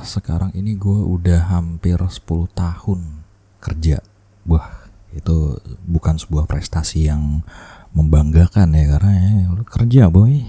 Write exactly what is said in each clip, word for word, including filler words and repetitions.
sekarang ini gue udah hampir sepuluh tahun kerja. Wah, itu bukan sebuah prestasi yang membanggakan ya, karena ya, lu kerja boy.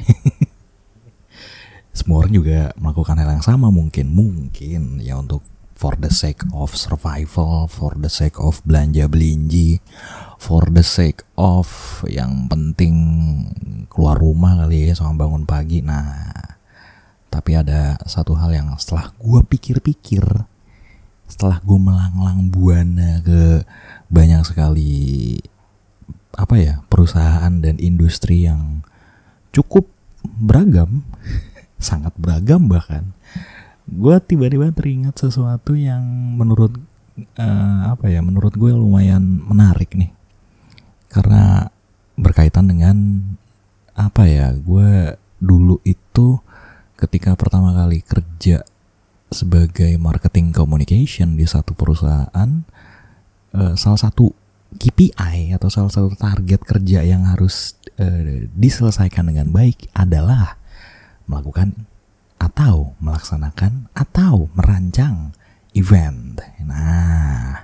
Semua orang juga melakukan hal yang sama mungkin, mungkin ya untuk for the sake of survival, for the sake of belanja belinji, for the sake of yang penting keluar rumah kali ya sama bangun pagi. Nah, tapi ada satu hal yang setelah gue pikir-pikir, setelah gue melanglang buana ke banyak sekali apa ya perusahaan dan industri yang cukup beragam, sangat beragam bahkan, gue tiba-tiba teringat sesuatu yang menurut uh, apa ya menurut gue lumayan menarik nih, karena berkaitan dengan apa ya gue dulu itu ketika pertama kali kerja sebagai marketing communication di satu perusahaan, uh, salah satu K P I atau salah satu target kerja yang harus uh, diselesaikan dengan baik adalah melakukan atau melaksanakan atau merancang event. Nah,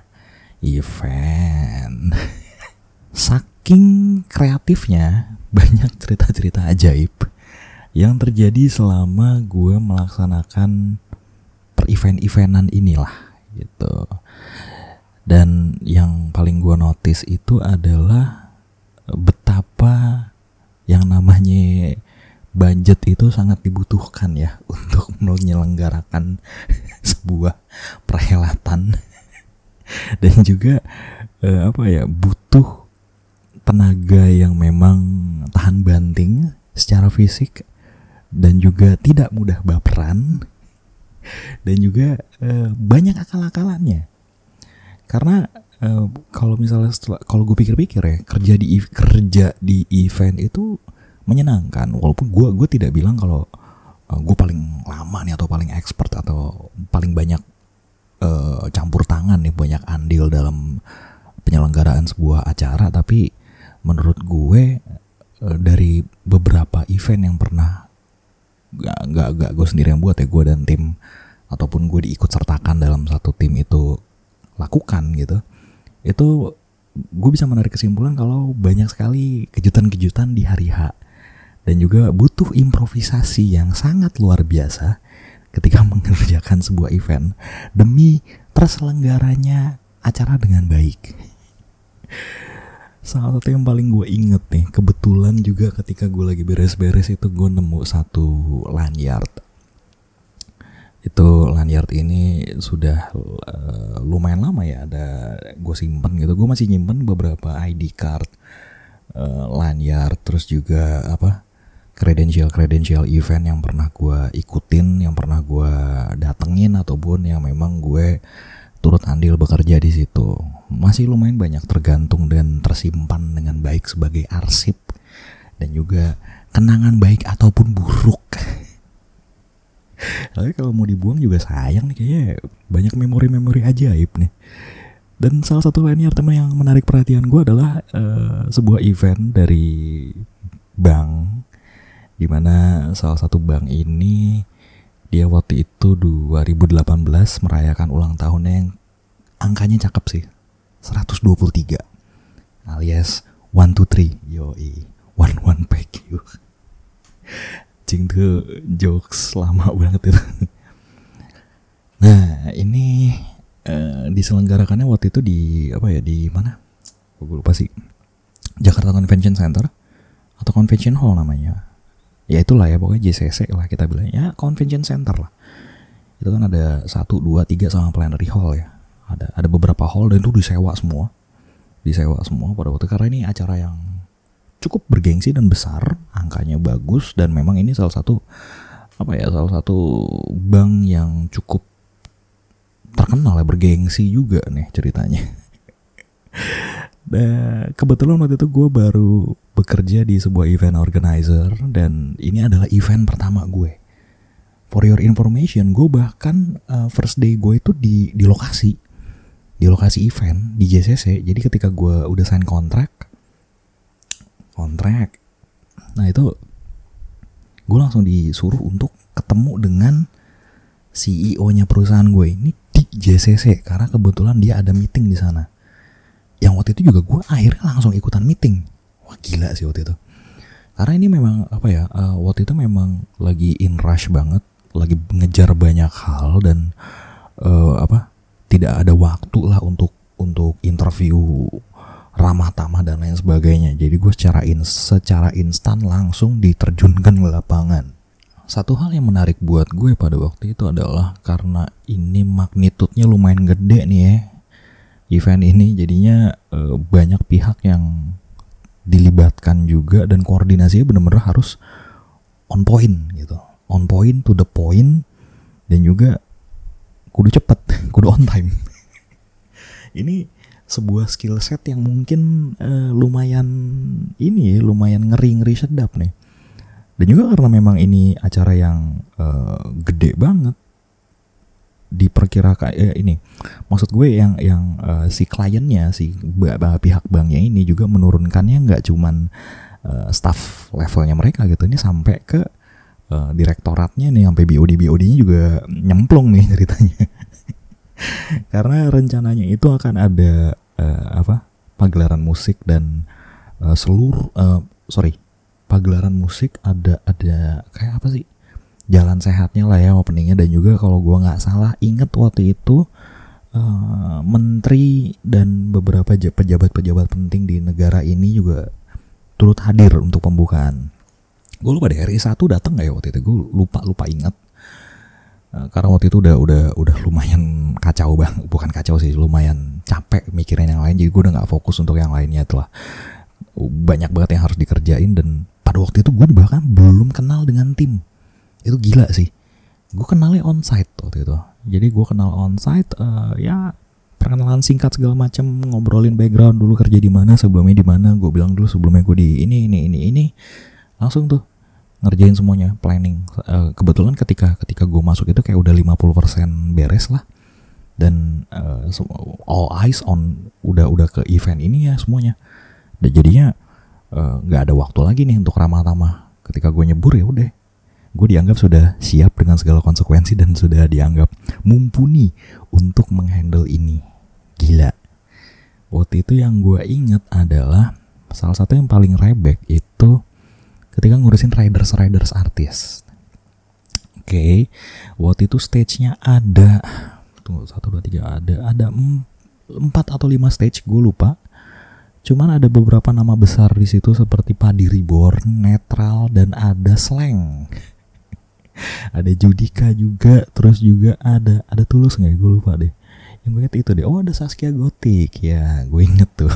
event. Saking kreatifnya banyak cerita-cerita ajaib yang terjadi selama gue melaksanakan per-event-eventan inilah gitu. Dan yang paling gue notice itu adalah betapa yang namanya budget itu sangat dibutuhkan ya untuk menyelenggarakan sebuah perhelatan. Dan juga eh, apa ya butuh tenaga yang memang tahan banting secara fisik, dan juga tidak mudah baperan, dan juga e, banyak akal-akalannya. Karena e, kalau misalnya setelah kalau gue pikir-pikir ya, kerja di kerja di event itu menyenangkan. Walaupun gue gue tidak bilang kalau e, gue paling lama nih atau paling expert atau paling banyak e, campur tangan nih, banyak andil dalam penyelenggaraan sebuah acara. Tapi menurut gue e, dari beberapa event yang pernah gak, gak, gak gue sendiri yang buat ya, gue dan tim ataupun gue diikut sertakan dalam satu tim itu lakukan gitu, itu gue bisa menarik kesimpulan kalau banyak sekali kejutan-kejutan di hari H, dan juga butuh improvisasi yang sangat luar biasa ketika mengerjakan sebuah event demi terselenggaranya acara dengan baik. Salah satu yang paling gue inget nih, kebetulan juga ketika gue lagi beres-beres itu gue nemu satu lanyard. Itu lanyard ini sudah uh, lumayan lama ya, ada gue simpen gitu. Gue masih nyimpen beberapa I D card, uh, lanyard, terus juga apa kredensial-kredensial event yang pernah gue ikutin, yang pernah gue datengin ataupun yang memang gue turut andil bekerja di situ. Masih lumayan banyak tergantung dan tersimpan dengan baik sebagai arsip dan juga kenangan baik ataupun buruk. Tapi kalau mau dibuang juga sayang nih, kayaknya banyak memori-memori ajaib nih. Dan salah satu lainnya teman yang menarik perhatian gue adalah uh, sebuah event dari bank, dimana salah satu bank ini dia waktu itu dua ribu delapan belas merayakan ulang tahunnya yang angkanya cakep sih, seratus dua puluh tiga alias one two three, yoi, one one pack you. Cing tuh jokes lama banget itu. Nah ini uh, diselenggarakannya waktu itu di apa ya, di mana? Gue lupa sih. Jakarta Convention Center atau Convention Hall namanya. Ya itulah ya, pokoknya J C C lah kita bilang ya, Convention Center lah. Itu kan ada satu, dua, tiga sama plenary hall ya. Ada ada beberapa hall dan itu disewa semua, disewa semua pada waktu, karena ini acara yang cukup bergengsi dan besar, angkanya bagus, dan memang ini salah satu apa ya, salah satu bank yang cukup terkenal ya, bergengsi juga nih ceritanya. Dan kebetulan waktu itu gue baru bekerja di sebuah event organizer, dan ini adalah event pertama gue. For your information, gue bahkan uh, first day gue itu di di lokasi, di lokasi event di J C C. Jadi ketika gue udah sign kontrak, kontrak, nah itu gue langsung disuruh untuk ketemu dengan C E O-nya perusahaan gue ini di J C C karena kebetulan dia ada meeting di sana. Yang waktu itu juga gue akhirnya langsung ikutan meeting. Wah gila sih waktu itu. Karena ini memang apa ya? Uh, waktu itu memang lagi in rush banget, lagi ngejar banyak hal dan uh, apa? Tidak ada waktu lah untuk untuk interview ramah tamah dan lain sebagainya. Jadi gue secara in, secara instan langsung diterjunkan ke lapangan. Satu hal yang menarik buat gue pada waktu itu adalah karena ini magnitudenya lumayan gede nih ya, event ini jadinya e, banyak pihak yang dilibatkan juga dan koordinasinya benar-benar harus on point gitu, on point to the point dan juga kudu cepet, kudu on time. Ini sebuah skill set yang mungkin e, lumayan ini ya, lumayan ngeri-ngeri sedap nih. Dan juga karena memang ini acara yang uh, gede banget, diperkirakan eh, ini, maksud gue yang yang uh, si kliennya, si b- b- pihak banknya ini juga menurunkannya nggak cuman uh, staff levelnya mereka gitu, ini sampai ke uh, direktoratnya nih, sampai B O D B O D-nya juga nyemplung nih ceritanya. Karena rencananya itu akan ada uh, apa pagelaran musik dan uh, seluruh uh, sorry pagelaran musik ada ada kayak apa sih jalan sehatnya lah ya openingnya, dan juga kalau gue nggak salah inget waktu itu uh, menteri dan beberapa pejabat-pejabat penting di negara ini juga turut hadir untuk pembukaan. Gue lupa deh R I satu datang nggak ya waktu itu, gue lupa lupa inget uh, karena waktu itu udah udah udah lumayan kacau bang, bukan kacau sih, lumayan capek mikirin yang lain, jadi gue udah nggak fokus untuk yang lainnya tuh lah. Banyak banget yang harus dikerjain dan pada waktu itu gue bahkan belum kenal dengan tim. Itu gila sih. Gue kenalnya onsite waktu itu. Jadi gue kenal onsite uh, ya perkenalan singkat segala macam, ngobrolin background dulu kerja di mana, sebelumnya di mana. Gue bilang dulu sebelumnya gue di ini ini ini ini. Langsung tuh ngerjain semuanya, planning. Uh, kebetulan ketika ketika gue masuk itu kayak udah lima puluh persen beres lah. Dan uh, all eyes on udah udah ke event ini ya semuanya. Dan jadinya nggak uh, ada waktu lagi nih untuk ramah tamah. Ketika gue nyebur ya udah, gue dianggap sudah siap dengan segala konsekuensi dan sudah dianggap mumpuni untuk menghandle ini. Gila. Waktu itu yang gue inget adalah salah satu yang paling rebek itu ketika ngurusin riders riders artis. Oke, okay. Waktu itu stage-nya ada, tunggu satu dua tiga ada ada empat atau lima stage, gue lupa. Cuman ada beberapa nama besar di situ seperti Padi Reborn, Netral, dan ada Slang. Ada Judika juga, terus juga ada ada Tulus nggak? Gue lupa deh. Yang gue inget itu deh. Oh ada Saskia Gotik, ya gue inget tuh.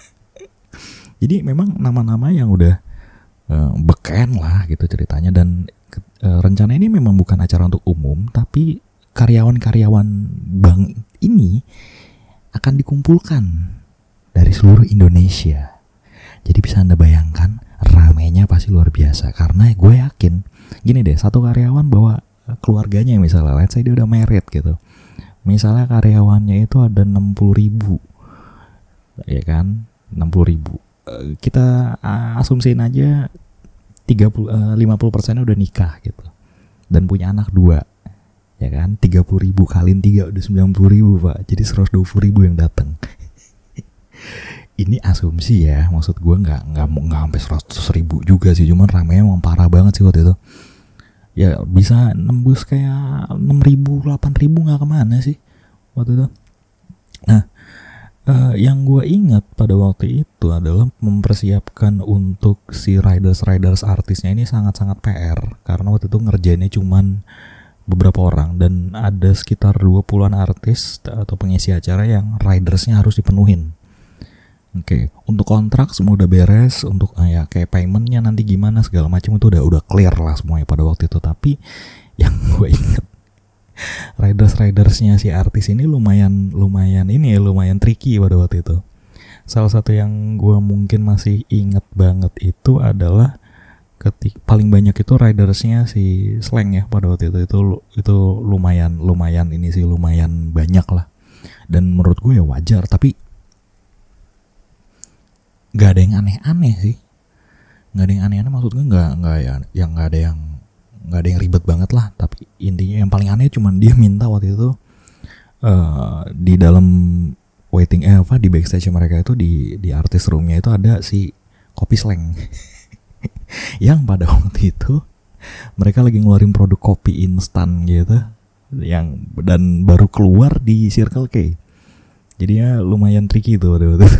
Jadi memang nama-nama yang udah uh, beken lah gitu ceritanya, dan uh, rencana ini memang bukan acara untuk umum, tapi karyawan-karyawan bank ini akan dikumpulkan dari seluruh Indonesia. Jadi bisa Anda bayangkan ramenya pasti luar biasa. Karena gue yakin gini deh, satu karyawan bawa keluarganya misalnya, let's say dia udah married gitu, misalnya karyawannya itu ada enam puluh ribu, ya kan, enam puluh ribu, kita asumsiin aja tiga puluh, lima puluh persennya udah nikah gitu dan punya anak dua, ya kan, tiga puluh ribu kaliin tiga udah sembilan puluh ribu pak, jadi seratus dua puluh ribu yang datang. Ini asumsi ya, maksud gue nggak nggak nggak sampai seratus ribu juga sih, cuman ramenya emang parah banget sih waktu itu. Ya bisa nembus kayak enam ribu, delapan ribu nggak kemana sih waktu itu. Nah, uh, yang gue ingat pada waktu itu adalah mempersiapkan untuk si riders-riders artisnya ini sangat-sangat P R, karena waktu itu ngerjainnya cuman beberapa orang dan ada sekitar dua puluhan artis atau pengisi acara yang ridersnya harus dipenuhin. Oke, okay. Untuk kontrak semua udah beres, untuk uh, ya kayak paymentnya nanti gimana segala macam itu udah udah clear lah semuanya pada waktu itu. Tapi yang gue inget riders-ridersnya si artis ini lumayan lumayan ini ya lumayan tricky pada waktu itu. Salah satu yang gue mungkin masih inget banget itu adalah ketik paling banyak itu ridersnya si Slang ya pada waktu itu itu itu lumayan lumayan ini sih lumayan banyak lah. Dan menurut gue ya wajar, tapi gak ada yang aneh-aneh sih, gak ada yang aneh-aneh maksud gue, gak, gak ya, yang gak ada yang nggak ada yang ribet banget lah, tapi intinya yang paling aneh cuman dia minta waktu itu uh, di dalam waiting eh apa di backstage mereka itu di di artist roomnya itu ada si kopi slang yang pada waktu itu mereka lagi ngeluarin produk kopi instan gitu yang dan baru keluar di Circle K. Jadinya lumayan tricky tuh waktu itu.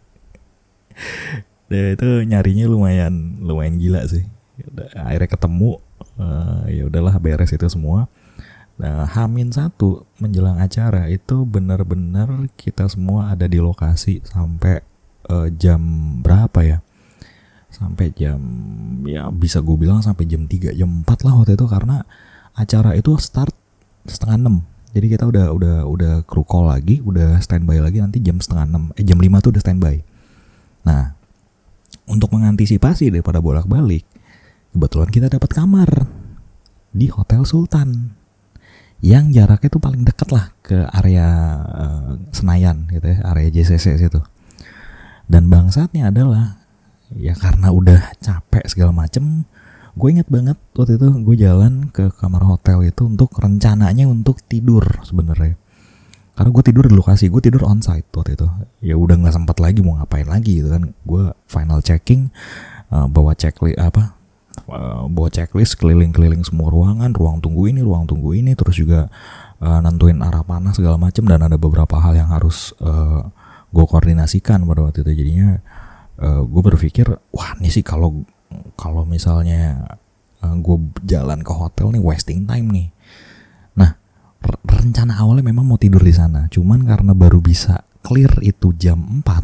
Dan itu nyarinya lumayan lumayan gila sih. Akhirnya ketemu, uh, ya udahlah beres itu semua. Nah, Hamin satu menjelang acara itu benar-benar kita semua ada di lokasi sampai uh, jam berapa ya? Sampai jam ya bisa gue bilang sampai jam tiga jam empat lah waktu itu, karena acara itu start setengah enam. Jadi kita udah udah udah crew call lagi, udah standby lagi nanti jam setengah enam, eh jam lima tuh udah standby. Nah, untuk mengantisipasi daripada bolak-balik, kebetulan kita dapat kamar di Hotel Sultan yang jaraknya tuh paling dekat lah ke area uh, Senayan gitu ya, area J C C situ. Dan bangsatnya adalah ya karena udah capek segala macem, gue inget banget waktu itu gue jalan ke kamar hotel itu untuk rencananya untuk tidur sebenarnya. Karena gue tidur di lokasi, gue tidur onsite waktu itu. Ya udah nggak sempat lagi mau ngapain lagi gitu kan. Gue final checking, uh, bawa checklist apa, uh, bawa checklist keliling-keliling semua ruangan, ruang tunggu ini, ruang tunggu ini, terus juga uh, nentuin arah panah segala macam, dan ada beberapa hal yang harus uh, gue koordinasikan pada waktu itu. Jadinya uh, gue berpikir, wah ini sih kalau kalau misalnya uh, gue jalan ke hotel nih wasting time nih. Nah, re- rencana awalnya memang mau tidur di sana, cuman karena baru bisa clear itu jam empat.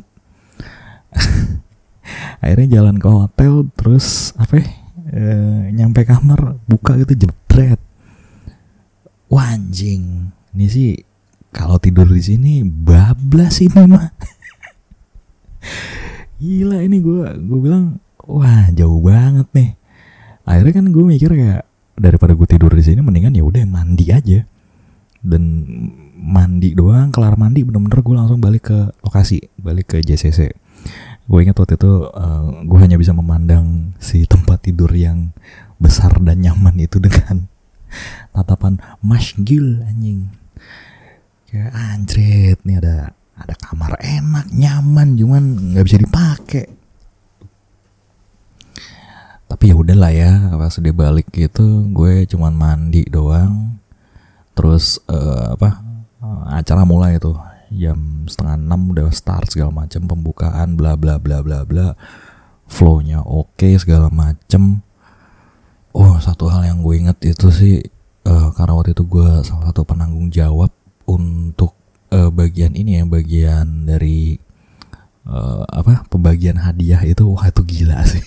Akhirnya jalan ke hotel, terus apa ya, e, nyampe kamar buka gitu jebret. Wah anjing, ini sih kalau tidur di sini bablas ini mah. Gila ini gue gue bilang, wah jauh banget nih. Akhirnya kan gue mikir kayak daripada gue tidur di sini mendingan ya udah mandi aja. Dan mandi doang, kelar mandi bener-bener gue langsung balik ke lokasi, balik ke J C C. Gue ingat waktu itu uh, gue hanya bisa memandang si tempat tidur yang besar dan nyaman itu dengan tatapan masgil anjing. Kayak anjrit nih ada ada kamar enak, nyaman, cuman nggak bisa dipakai. Tapi ya udahlah ya, pas dia balik gitu, gue cuman mandi doang. Terus uh, apa? Uh, acara mulai tuh jam setengah enam udah start segala macam, pembukaan bla bla bla bla bla. Flow-nya oke okay, segala macam. Oh, satu hal yang gue inget itu sih uh, karena waktu itu gue salah satu penanggung jawab untuk uh, bagian ini ya, bagian dari uh, apa? Pembagian hadiah itu, wah itu gila sih.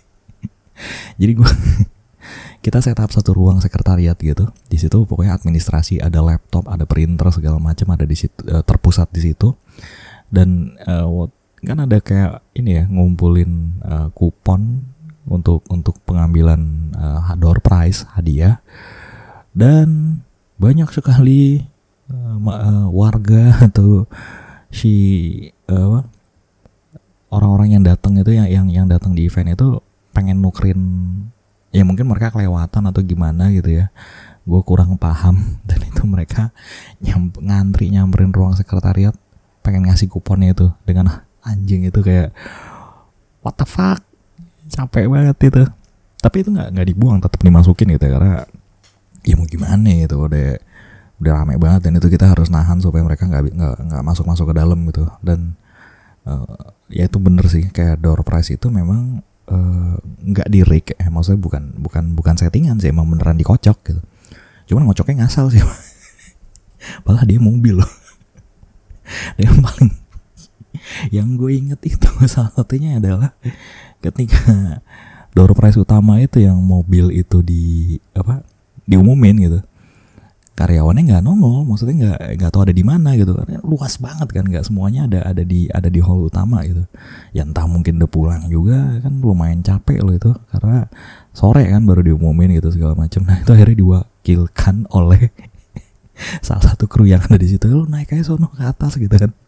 Jadi gue kita set up satu ruang sekretariat gitu. Di situ pokoknya administrasi, ada laptop, ada printer segala macam ada di situ, terpusat di situ. Dan uh, kan ada kayak ini ya, ngumpulin uh, kupon untuk untuk pengambilan uh, door prize, hadiah. Dan banyak sekali uh, uh, warga atau si uh, orang-orang yang datang itu yang yang yang datang di event itu pengen nukerin, ya mungkin mereka kelewatan atau gimana gitu ya, gue kurang paham. Dan itu mereka nyam, ngantri nyamperin ruang sekretariat pengen ngasih kuponnya itu dengan anjing itu kayak what the fuck, capek banget itu. Tapi itu nggak nggak dibuang, tetap dimasukin gitu ya, karena ya mau gimana gitu, udah udah rame banget dan itu kita harus nahan supaya mereka nggak nggak nggak masuk masuk ke dalam gitu. Dan uh, ya itu bener sih, kayak door prize itu memang nggak uh, di rig, eh maksudnya bukan bukan bukan settingan sih, emang beneran dikocok gitu. Cuman ngocoknya ngasal sih. Malah dia mobil loh. Yang paling yang gue inget itu salah satunya adalah ketika door prize utama itu yang mobil itu di apa diumumin gitu, karyawannya nggak nongol, maksudnya nggak nggak tahu ada di mana gitu, karena luas banget kan, nggak semuanya ada ada di ada di hall utama gitu. Ya entah mungkin udah pulang juga kan, lumayan capek loh itu karena sore kan baru diumumin gitu segala macam. Nah itu akhirnya diwakilkan oleh salah satu kru yang ada di situ, lo naik aja sono ke atas gitu kan.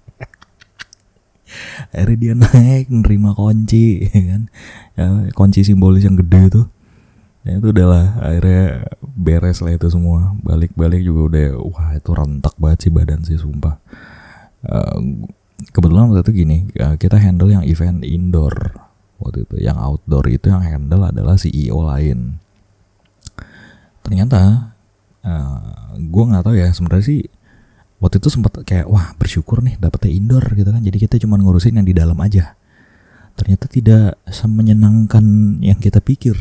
Akhirnya dia naik nerima kunci ya kan, ya, kunci simbolis yang gede tuh. Ya itu udahlah, akhirnya beres lah itu semua. Balik-balik juga udah, wah itu rentak banget sih badan sih sumpah. Uh, kebetulan waktu itu gini, uh, kita handle yang event indoor waktu itu. Yang outdoor itu yang handle adalah C E O lain. Ternyata uh, gue nggak tahu ya sebenarnya sih, waktu itu sempat kayak wah bersyukur nih dapetnya indoor gitu kan, jadi kita cuma ngurusin yang di dalam aja. Ternyata tidak semenyenangkan yang kita pikir.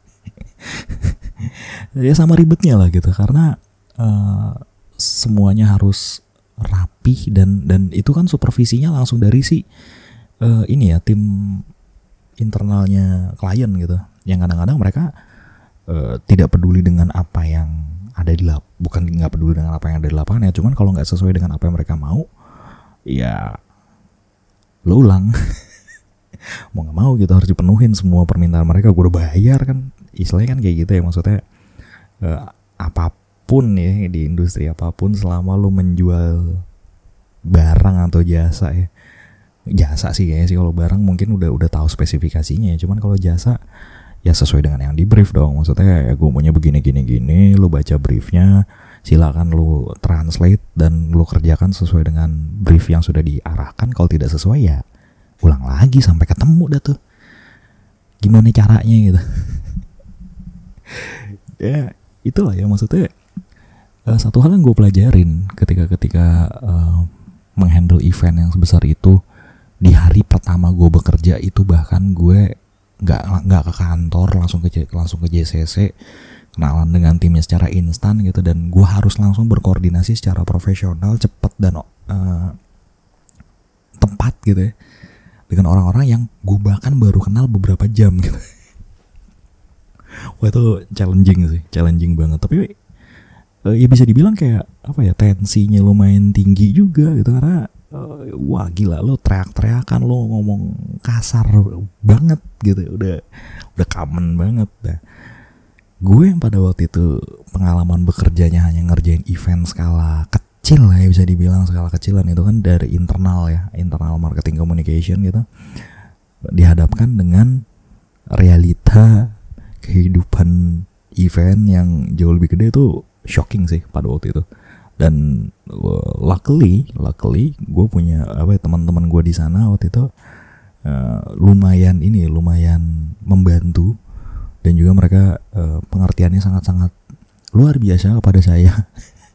Ya sama ribetnya lah gitu, karena uh, semuanya harus rapih dan dan itu kan supervisinya langsung dari si uh, ini ya tim internalnya klien gitu, yang kadang-kadang mereka uh, tidak peduli dengan apa yang ada di lap, bukan nggak peduli dengan apa yang ada di lapangan ya, cuman kalau nggak sesuai dengan apa yang mereka mau, ya lo ulang. Mau nggak mau gitu harus dipenuhin semua permintaan mereka. Gue udah bayar kan, istilahnya kan kayak gitu ya, maksudnya uh, apapun ya di industri apapun, selama lo menjual barang atau jasa ya, jasa sih kayaknya sih, kalau barang mungkin udah udah tahu spesifikasinya ya, cuman kalau jasa ya sesuai dengan yang di brief dong. Maksudnya ya gue maunya begini gini gini, lu baca briefnya, silakan lu translate dan lu kerjakan sesuai dengan brief yang sudah diarahkan. Kalau tidak sesuai ya ulang lagi sampai ketemu dah tuh gimana caranya gitu. Ya itulah ya, maksudnya uh, satu hal yang gue pelajarin ketika ketika uh, menghandle event yang sebesar itu. Di hari pertama gue bekerja itu bahkan gue nggak nggak ke kantor, langsung ke langsung ke J C C, kenalan dengan timnya secara instan gitu, dan gue harus langsung berkoordinasi secara profesional, cepat dan uh, tepat gitu ya, dengan orang-orang yang gue bahkan baru kenal beberapa jam gitu. Wah itu challenging sih, challenging banget. Tapi uh, ya bisa dibilang kayak apa ya, tensinya lumayan tinggi juga gitu, karena Uh, wah gila, lo teriak-teriakan, lo ngomong kasar banget gitu, udah udah common banget dah. Gue yang pada waktu itu pengalaman bekerjanya hanya ngerjain event skala kecil lah ya, bisa dibilang skala kecilan, itu kan dari internal ya, internal marketing communication gitu, dihadapkan dengan realita kehidupan event yang jauh lebih gede, itu shocking sih pada waktu itu. Dan uh, luckily, luckily gue punya apa ya, teman-teman gue di sana waktu itu uh, lumayan ini, lumayan membantu, dan juga mereka uh, pengertiannya sangat-sangat luar biasa kepada saya.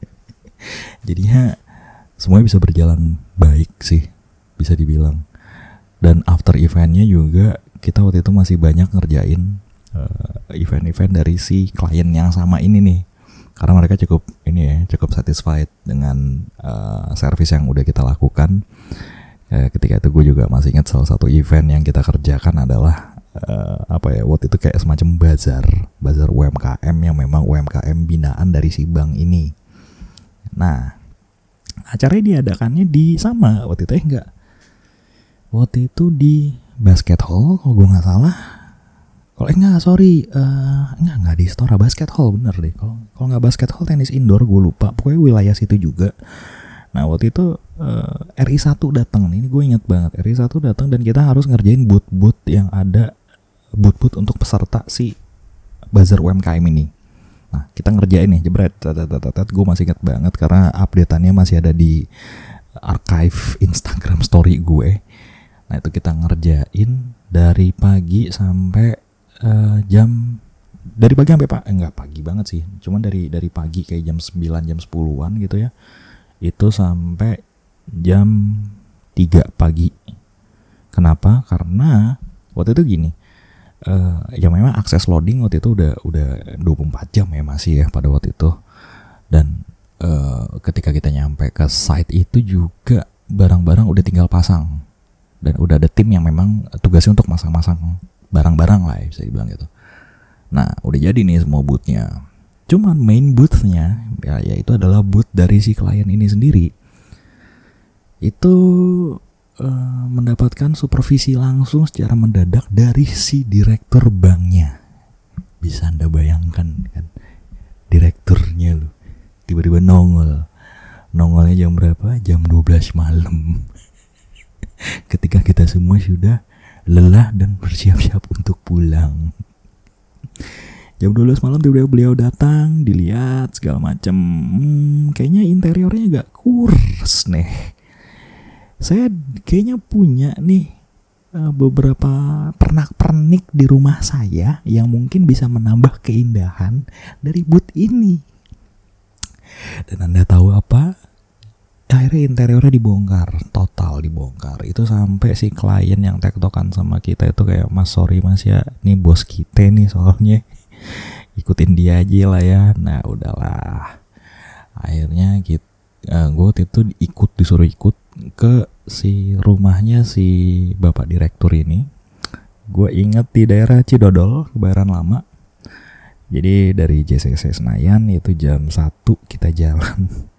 Jadinya semuanya bisa berjalan baik sih, bisa dibilang. Dan after eventnya juga kita waktu itu masih banyak ngerjain uh, event-event dari si klien yang sama ini nih. Karena mereka cukup ini ya, cukup satisfied dengan uh, service yang udah kita lakukan. Eh, ketika itu gue juga masih ingat salah satu event yang kita kerjakan adalah uh, apa ya, waktu itu kayak semacam bazar, bazar U M K M yang memang U M K M binaan dari si bank ini. Nah, acaranya diadakannya di sama waktu itu ya enggak. Waktu itu di basket hall kalau gue nggak salah. Kalau enggak sorry, uh, enggak enggak di Istora, basket hall bener deh. Kalau kalau nggak basket hall, tenis indoor, gue lupa. Pokoknya wilayah situ juga. Nah waktu itu uh, R I satu datang. Ini gue ingat banget, R I satu datang dan kita harus ngerjain booth-booth yang ada, booth-booth untuk peserta si bazar U M K M ini. Nah kita ngerjain nih, jebret, gue masih ingat banget karena update-annya masih ada di archive Instagram story gue. Nah itu kita ngerjain dari pagi sampai Uh, jam dari pagi sampai pak enggak pagi banget sih, cuman dari dari pagi kayak jam sembilan jam sepuluhan gitu ya, itu sampai jam tiga pagi. Kenapa? Karena waktu itu gini, uh, ya memang akses loading waktu itu udah udah dua puluh empat jam ya masih ya pada waktu itu, dan uh, ketika kita nyampe ke site itu juga barang-barang udah tinggal pasang, dan udah ada tim yang memang tugasnya untuk masang-masang barang-barang lah ya, bisa dibilang gitu. Nah udah jadi nih semua boothnya, cuman main boothnya ya, yaitu adalah booth dari si klien ini sendiri. Itu uh, mendapatkan supervisi langsung secara mendadak dari si direktur banknya. Bisa anda bayangkan kan, direkturnya loh tiba-tiba nongol. Nongolnya jam berapa? Jam dua belas malam. Ketika kita semua sudah lelah dan bersiap-siap untuk pulang. Jam dua belas malam tiba-tiba beliau datang, dilihat segala macam. Hmm, kayaknya interiornya agak kurs nih. Saya kayaknya punya nih uh, beberapa pernak-pernik di rumah saya yang mungkin bisa menambah keindahan dari booth ini. Dan Anda tahu apa? Akhirnya interiornya dibongkar, total dibongkar. Itu sampai si klien yang tektokan sama kita itu kayak, "Mas, sorry mas ya, ini bos kita nih soalnya, ikutin dia aja lah ya." Nah udahlah, akhirnya kita, uh, gue waktu itu ikut disuruh ikut ke si rumahnya si bapak direktur ini. Gue inget di daerah Cidodol, Kebayoran Lama. Jadi dari J C C Senayan itu jam satu kita jalan.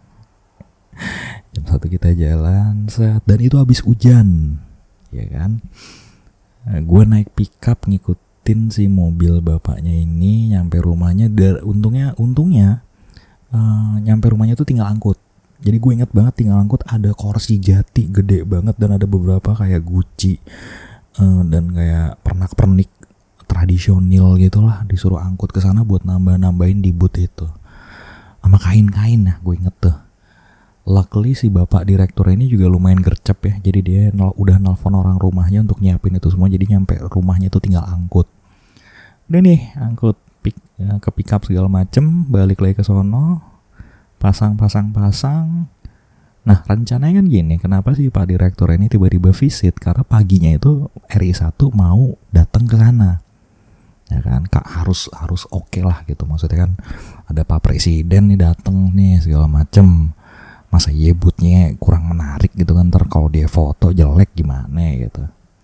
Jam satu kita jalan set, dan itu habis hujan, ya kan. Nah, gue naik pickup ngikutin si mobil bapaknya ini nyampe rumahnya. Dar, untungnya untungnya uh, nyampe rumahnya tuh tinggal angkut. Jadi gue inget banget tinggal angkut ada kursi jati gede banget dan ada beberapa kayak Gucci uh, dan kayak pernak-pernik tradisional gitulah, disuruh angkut ke sana buat nambah-nambahin di booth itu. Sama kain-kain, nah gue inget tuh. Luckily si bapak direktur ini juga lumayan gercep ya. Jadi dia nol, udah nelfon orang rumahnya untuk nyiapin itu semua. Jadi nyampe rumahnya tuh tinggal angkut. Udah nih angkut pick, ya, ke pick up segala macem. Balik lagi ke sono. Pasang-pasang-pasang. Nah rencananya kan gini. Kenapa sih pak direktur ini tiba-tiba visit? Karena paginya itu R I satu mau datang ke sana. Ya kan, kak harus harus oke okay lah gitu. Maksudnya kan ada pak presiden nih datang nih segala macem. Masa iya bootnya kurang menarik gitu kan, ntar kalau dia foto jelek gimana gitu.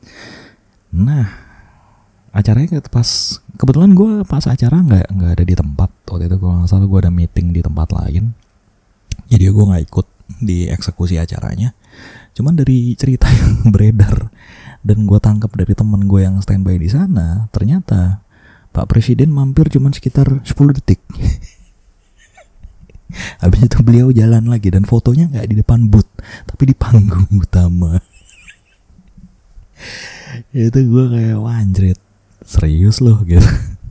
Nah acaranya pas kebetulan gue pas acara nggak nggak ada di tempat waktu itu, kalau nggak salah gue ada meeting di tempat lain, jadi gue nggak ikut di eksekusi acaranya. Cuman dari cerita yang beredar dan gue tangkap dari teman gue yang standby di sana, ternyata Pak Presiden mampir cuman sekitar sepuluh detik. Habis itu beliau jalan lagi dan fotonya nggak di depan booth tapi di panggung utama. Itu gue kayak wanjret, serius loh gitu.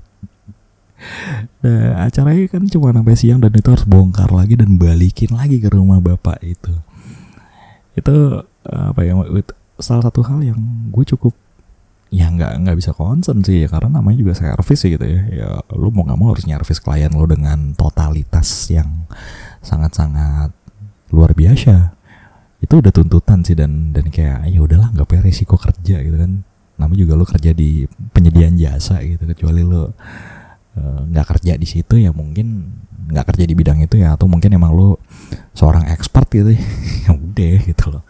Nah acaranya kan cuma sampai siang dan itu harus bongkar lagi dan balikin lagi ke rumah bapak itu. Itu apa ya, salah satu hal yang gue cukup ya nggak nggak bisa concern sih ya, karena namanya juga servis sih gitu ya. Ya lu mau nggak mau harus nyervis klien lu dengan totalitas yang sangat-sangat luar biasa. Itu udah tuntutan sih, dan dan kayak ya udahlah, nggak pakai resiko kerja gitu kan. Namanya juga lu kerja di penyediaan jasa gitu, kecuali lu nggak uh, kerja di situ ya mungkin nggak kerja di bidang itu ya, atau mungkin emang lu seorang expert gitu ya udah gitu loh.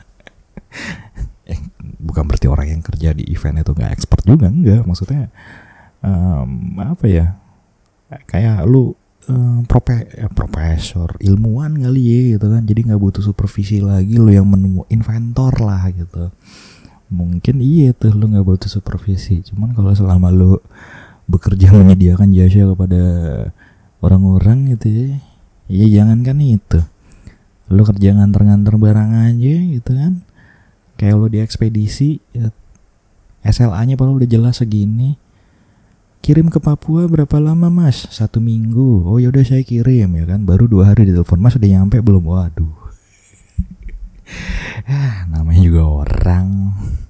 Bukan berarti orang yang kerja di event itu gak expert juga, enggak. Maksudnya um, apa ya, kayak lu um, prope, ya, profesor, ilmuwan kali ya gitu kan. Jadi gak butuh supervisi lagi, lu yang menemu inventor lah gitu. Mungkin iya tuh lu gak butuh supervisi. Cuman kalau selama lu bekerja menyediakan jasa kepada orang-orang gitu ya, ya jangan kan itu, lu kerja nganter-nganter barang aja gitu kan. Kayak lo di ekspedisi ya, S L A-nya padahal udah jelas segini. Kirim ke Papua berapa lama mas? Satu minggu. Oh yaudah saya kirim ya kan. Baru dua hari ditelepon, mas udah nyampe belum? Waduh. Ah, namanya juga orang.